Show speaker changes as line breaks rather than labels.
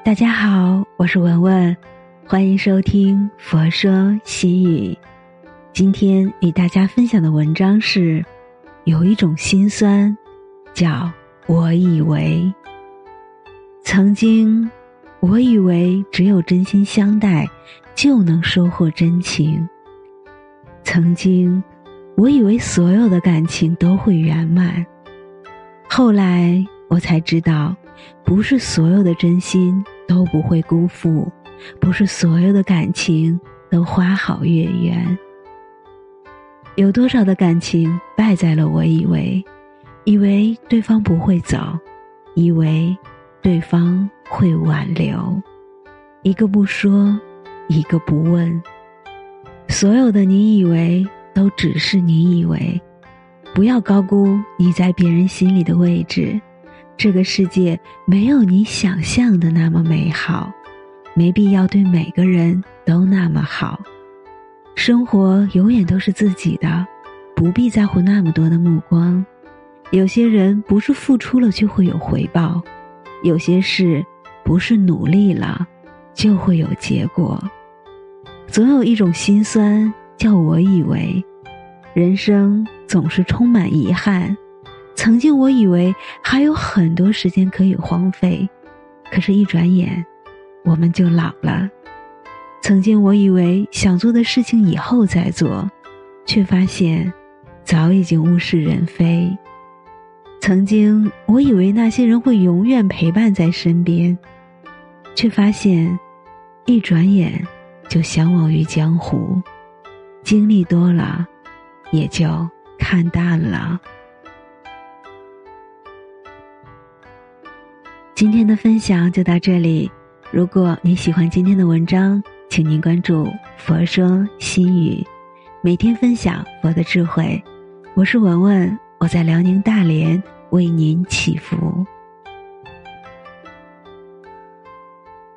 大家好，我是文文，欢迎收听佛说西语。今天与大家分享的文章是有一种心酸叫我以为。曾经我以为只有真心相待就能收获真情，曾经我以为所有的感情都会圆满，后来我才知道，不是所有的真心都不会辜负，不是所有的感情都花好月圆。有多少的感情败在了我以为对方不会走，以为对方会挽留，一个不说，一个不问。所有的你以为都只是你以为，不要高估你在别人心里的位置。这个世界没有你想象的那么美好，没必要对每个人都那么好。生活永远都是自己的，不必在乎那么多的目光。有些人不是付出了就会有回报，有些事不是努力了就会有结果。总有一种心酸叫我以为。人生总是充满遗憾，曾经我以为还有很多时间可以荒废，可是一转眼我们就老了。曾经我以为想做的事情以后再做，却发现早已经物是人非。曾经我以为那些人会永远陪伴在身边，却发现一转眼就相忘于江湖。经历多了也就看淡了。今天的分享就到这里，如果你喜欢今天的文章，请您关注佛说西语，每天分享佛的智慧。我是文文，我在辽宁大连为您祈福。